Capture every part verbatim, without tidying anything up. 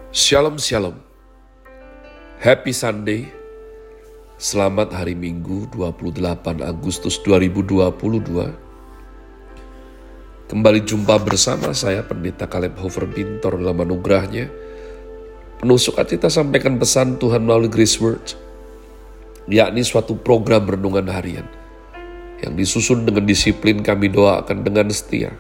Shalom Shalom. Happy Sunday. Selamat hari Minggu dua puluh delapan Agustus dua ribu dua puluh dua. Kembali jumpa bersama saya Pendeta Caleb Hofer Bintor dalam anugerahnya. Penuh sukacita sampaikan pesan Tuhan melalui Grace Word, yakni suatu program renungan harian yang disusun dengan disiplin. Kami doakan dengan setia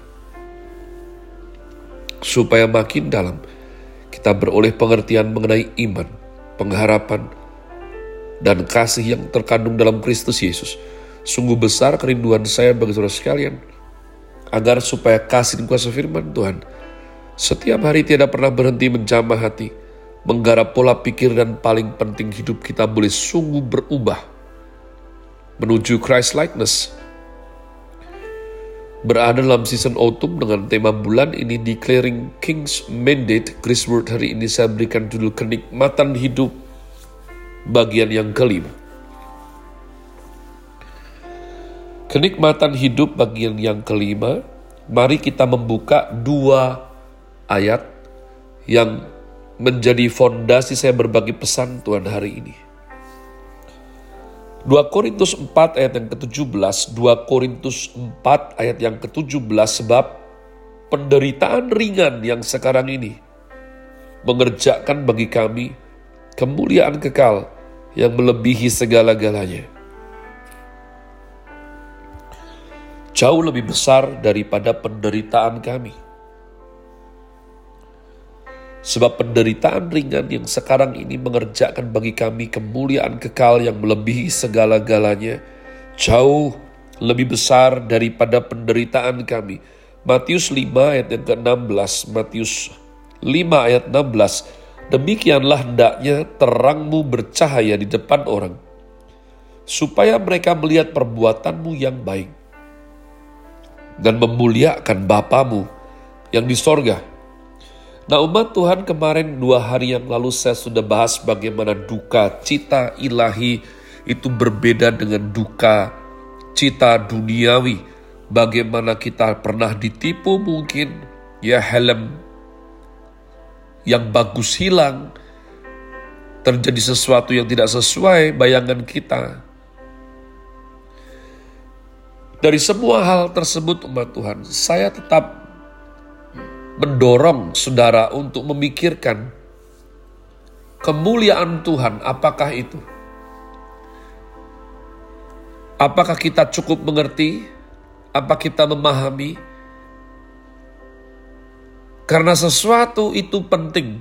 supaya makin dalam kita beroleh pengertian mengenai iman, pengharapan, dan kasih yang terkandung dalam Kristus Yesus. Sungguh besar kerinduan saya bagi saudara sekalian, agar supaya kasih dan kuasa firman Tuhan setiap hari tidak pernah berhenti menjamah hati, menggarap pola pikir, dan paling penting hidup kita boleh sungguh berubah menuju Christ likeness. Berada dalam season autumn dengan tema bulan ini Declaring King's Mandate. Grace Word hari ini saya berikan judul Kenikmatan Hidup bagian yang kelima. Kenikmatan hidup bagian yang kelima. Mari kita membuka dua ayat yang menjadi fondasi saya berbagi pesan Tuhan hari ini. dua Korintus empat ayat yang ketujuh belas, dua Korintus empat ayat yang ketujuh belas, sebab penderitaan ringan yang sekarang ini mengerjakan bagi kami kemuliaan kekal yang melebihi segala-galanya, jauh lebih besar daripada penderitaan kami. Sebab penderitaan ringan yang sekarang ini mengerjakan bagi kami kemuliaan kekal yang melebihi segala-galanya, jauh lebih besar daripada penderitaan kami. Matius lima ayat yang ke enam belas, Matius lima ayat enam belas, demikianlah hendaknya terangmu bercahaya di depan orang, supaya mereka melihat perbuatanmu yang baik dan memuliakan Bapamu yang di sorga. Nah, umat Tuhan, kemarin dua hari yang lalu saya sudah bahas bagaimana duka cita ilahi itu berbeda dengan duka cita duniawi. Bagaimana kita pernah ditipu mungkin, ya helm yang bagus hilang, terjadi sesuatu yang tidak sesuai bayangan kita. Dari semua hal tersebut umat Tuhan, saya tetap mendorong saudara untuk memikirkan kemuliaan Tuhan. Apakah itu? Apakah kita cukup mengerti? Apa kita memahami? Karena sesuatu itu penting.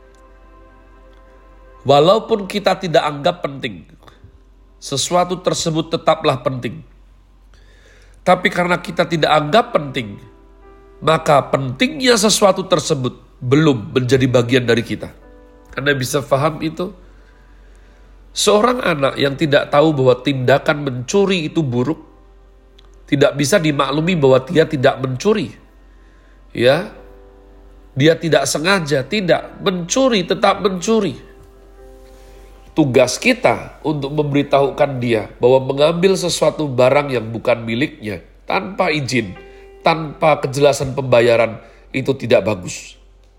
Walaupun kita tidak anggap penting, sesuatu tersebut tetaplah penting. Tapi karena kita tidak anggap penting, maka pentingnya sesuatu tersebut belum menjadi bagian dari kita. Anda bisa paham itu? Seorang anak yang tidak tahu bahwa tindakan mencuri itu buruk, tidak bisa dimaklumi bahwa dia tidak mencuri. Ya, dia tidak sengaja, tidak mencuri, tetap mencuri. Tugas kita untuk memberitahukan dia bahwa mengambil sesuatu barang yang bukan miliknya tanpa izin, tanpa kejelasan pembayaran, itu tidak bagus.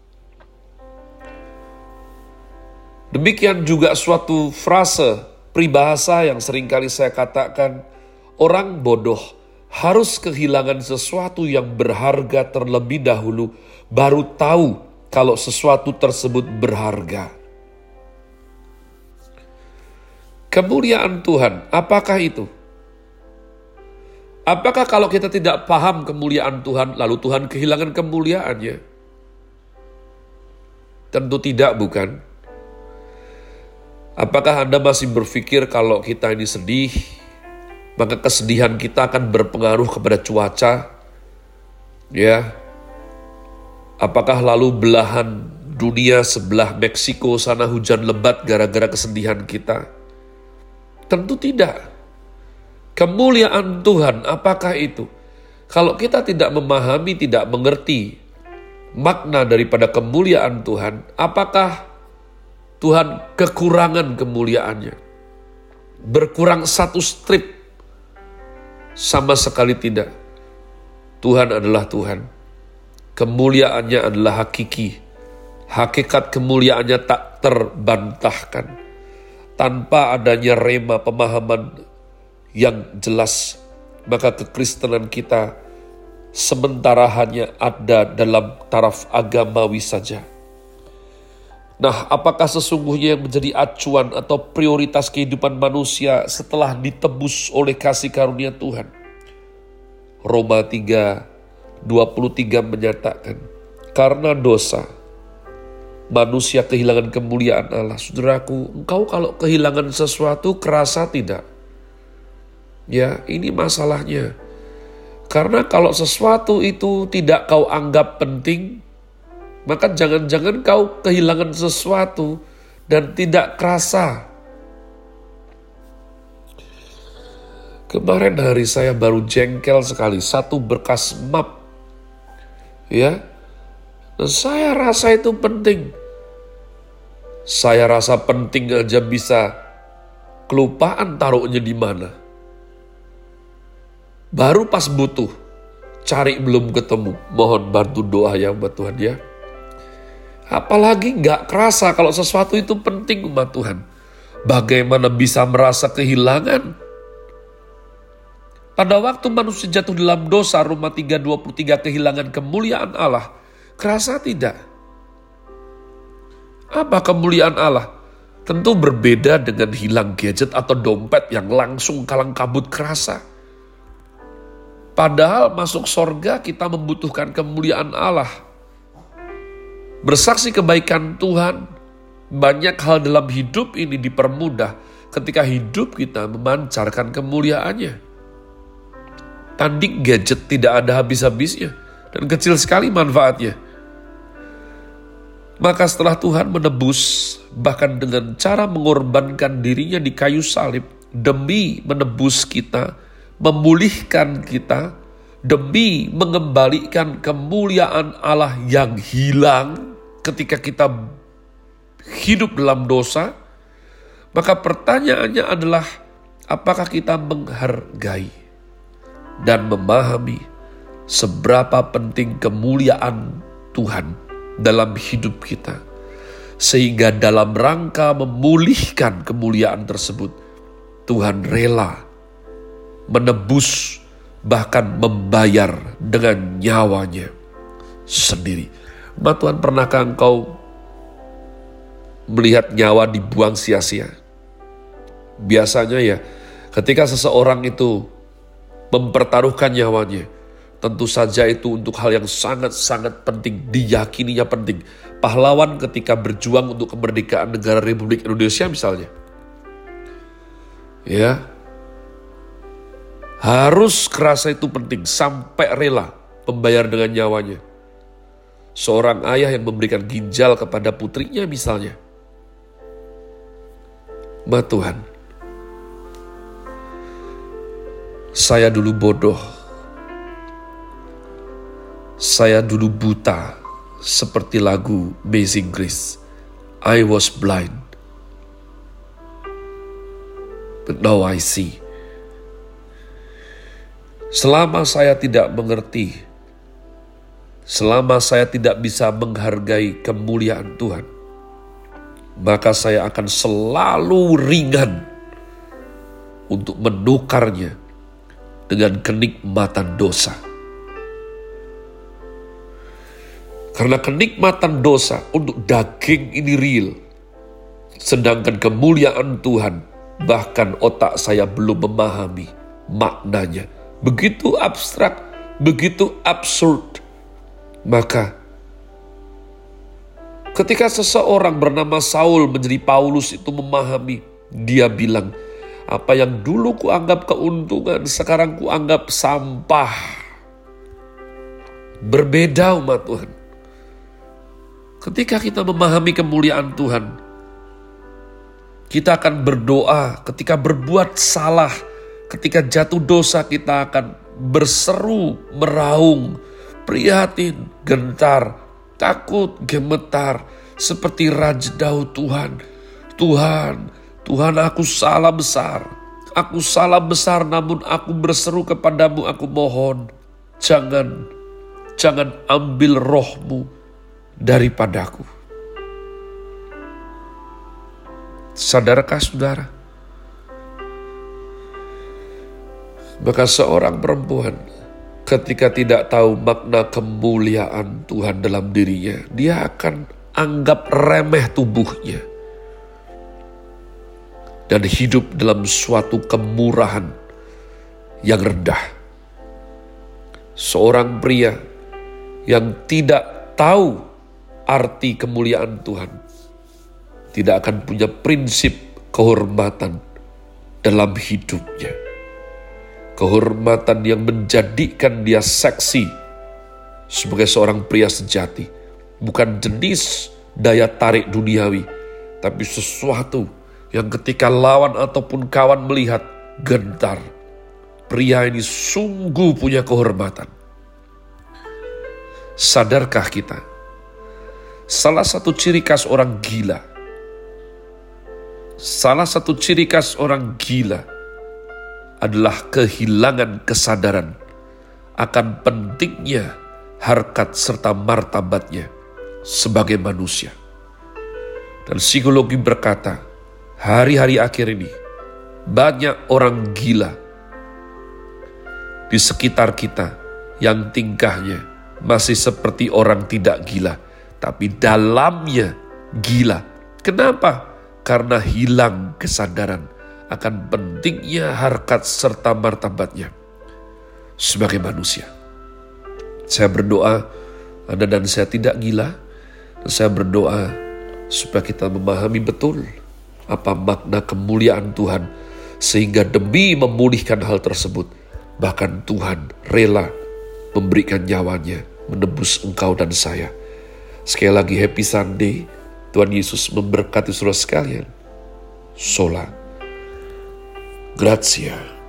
Demikian juga suatu frase peribahasa yang seringkali saya katakan, orang bodoh harus kehilangan sesuatu yang berharga terlebih dahulu, baru tahu kalau sesuatu tersebut berharga. Kemuliaan Tuhan, apakah itu? Apakah kalau kita tidak paham kemuliaan Tuhan, lalu Tuhan kehilangan kemuliaannya? Tentu tidak, bukan? Apakah Anda masih berpikir kalau kita ini sedih, maka kesedihan kita akan berpengaruh kepada cuaca? Ya. Apakah lalu belahan dunia sebelah Meksiko sana hujan lebat gara-gara kesedihan kita? Tentu tidak. Kemuliaan Tuhan, apakah itu? Kalau kita tidak memahami, tidak mengerti makna daripada kemuliaan Tuhan, apakah Tuhan kekurangan kemuliaannya? Berkurang satu strip? Sama sekali tidak. Tuhan adalah Tuhan. Kemuliaannya adalah hakiki. Hakikat kemuliaannya tak terbantahkan. Tanpa adanya rema pemahaman yang jelas, maka kekristenan kita sementara hanya ada dalam taraf agamawi saja. Nah, apakah sesungguhnya yang menjadi acuan atau prioritas kehidupan manusia setelah ditebus oleh kasih karunia Tuhan? Roma tiga dua puluh tiga menyatakan, karena dosa, manusia kehilangan kemuliaan Allah. Saudaraku, engkau kalau kehilangan sesuatu kerasa tidak? Ya, ini masalahnya. Karena kalau sesuatu itu tidak kau anggap penting, maka jangan-jangan kau kehilangan sesuatu dan tidak kerasa. Kemarin hari saya baru jengkel sekali, satu berkas map. Ya, dan saya rasa itu penting. Saya rasa penting aja bisa kelupaan taruhnya di mana. Baru pas butuh, cari belum ketemu. Mohon bantu doa ya umat Tuhan ya. Apalagi gak kerasa kalau sesuatu itu penting umat Tuhan. Bagaimana bisa merasa kehilangan? Pada waktu manusia jatuh dalam dosa, Roma tiga dua puluh tiga, kehilangan kemuliaan Allah. Kerasa tidak? Apa kemuliaan Allah? Tentu berbeda dengan hilang gadget atau dompet yang langsung kalang kabut kerasa. Padahal masuk sorga kita membutuhkan kemuliaan Allah. Bersaksi kebaikan Tuhan, banyak hal dalam hidup ini dipermudah ketika hidup kita memancarkan kemuliaannya. Tanding gadget tidak ada habis-habisnya dan kecil sekali manfaatnya. Maka setelah Tuhan menebus, bahkan dengan cara mengorbankan dirinya di kayu salib demi menebus kita, memulihkan kita, demi mengembalikan kemuliaan Allah yang hilang ketika kita hidup dalam dosa, maka pertanyaannya adalah apakah kita menghargai dan memahami seberapa penting kemuliaan Tuhan dalam hidup kita, sehingga dalam rangka memulihkan kemuliaan tersebut, Tuhan rela menebus, bahkan membayar dengan nyawanya sendiri. Umat Tuhan, pernahkah engkau melihat nyawa dibuang sia-sia? Biasanya ya, ketika seseorang itu mempertaruhkan nyawanya, tentu saja itu untuk hal yang sangat-sangat penting, diyakininya penting. Pahlawan ketika berjuang untuk kemerdekaan negara Republik Indonesia misalnya, ya, harus kerasa itu penting, sampai rela membayar dengan nyawanya. Seorang ayah yang memberikan ginjal kepada putrinya misalnya. Ma Tuhan, saya dulu bodoh, saya dulu buta, seperti lagu Amazing Grace. I was blind, but now I see. Selama saya tidak mengerti, selama saya tidak bisa menghargai kemuliaan Tuhan, maka saya akan selalu ringan untuk menukarnya dengan kenikmatan dosa. Karena kenikmatan dosa untuk daging ini real, sedangkan kemuliaan Tuhan bahkan otak saya belum memahami maknanya. Begitu abstrak, begitu absurd. Maka ketika seseorang bernama Saul menjadi Paulus itu memahami, dia bilang, apa yang dulu kuanggap keuntungan, sekarang kuanggap sampah. Berbeda umat Tuhan. Ketika kita memahami kemuliaan Tuhan, kita akan berdoa. Ketika berbuat salah, ketika jatuh dosa, kita akan berseru, meraung, prihatin, gentar, takut, gemetar, seperti Raja Daud. Tuhan, Tuhan, Tuhan, aku salah besar. Aku salah besar, namun aku berseru kepadamu, aku mohon, jangan, jangan ambil rohmu daripadaku. Sadarkah saudara? Maka seorang perempuan ketika tidak tahu makna kemuliaan Tuhan dalam dirinya, dia akan anggap remeh tubuhnya dan hidup dalam suatu kemurahan yang rendah. Seorang pria yang tidak tahu arti kemuliaan Tuhan tidak akan punya prinsip kehormatan dalam hidupnya. Kehormatan yang menjadikan dia seksi sebagai seorang pria sejati. Bukan jenis daya tarik duniawi, tapi sesuatu yang ketika lawan ataupun kawan melihat, gentar. Pria ini sungguh punya kehormatan. Sadarkah kita? Salah satu ciri khas orang gila, salah satu ciri khas orang gila adalah kehilangan kesadaran akan pentingnya harkat serta martabatnya sebagai manusia. Dan psikologi berkata, hari-hari akhir ini banyak orang gila di sekitar kita yang tingkahnya masih seperti orang tidak gila, tapi dalamnya gila. Kenapa? Karena hilang kesadaran akan pentingnya harkat serta martabatnya sebagai manusia. Saya berdoa Anda dan saya tidak gila, dan saya berdoa supaya kita memahami betul apa makna kemuliaan Tuhan, sehingga demi memulihkan hal tersebut, bahkan Tuhan rela memberikan nyawanya menebus engkau dan saya. Sekali lagi happy Sunday. Tuhan Yesus memberkati saudara sekalian. Sola Grazie.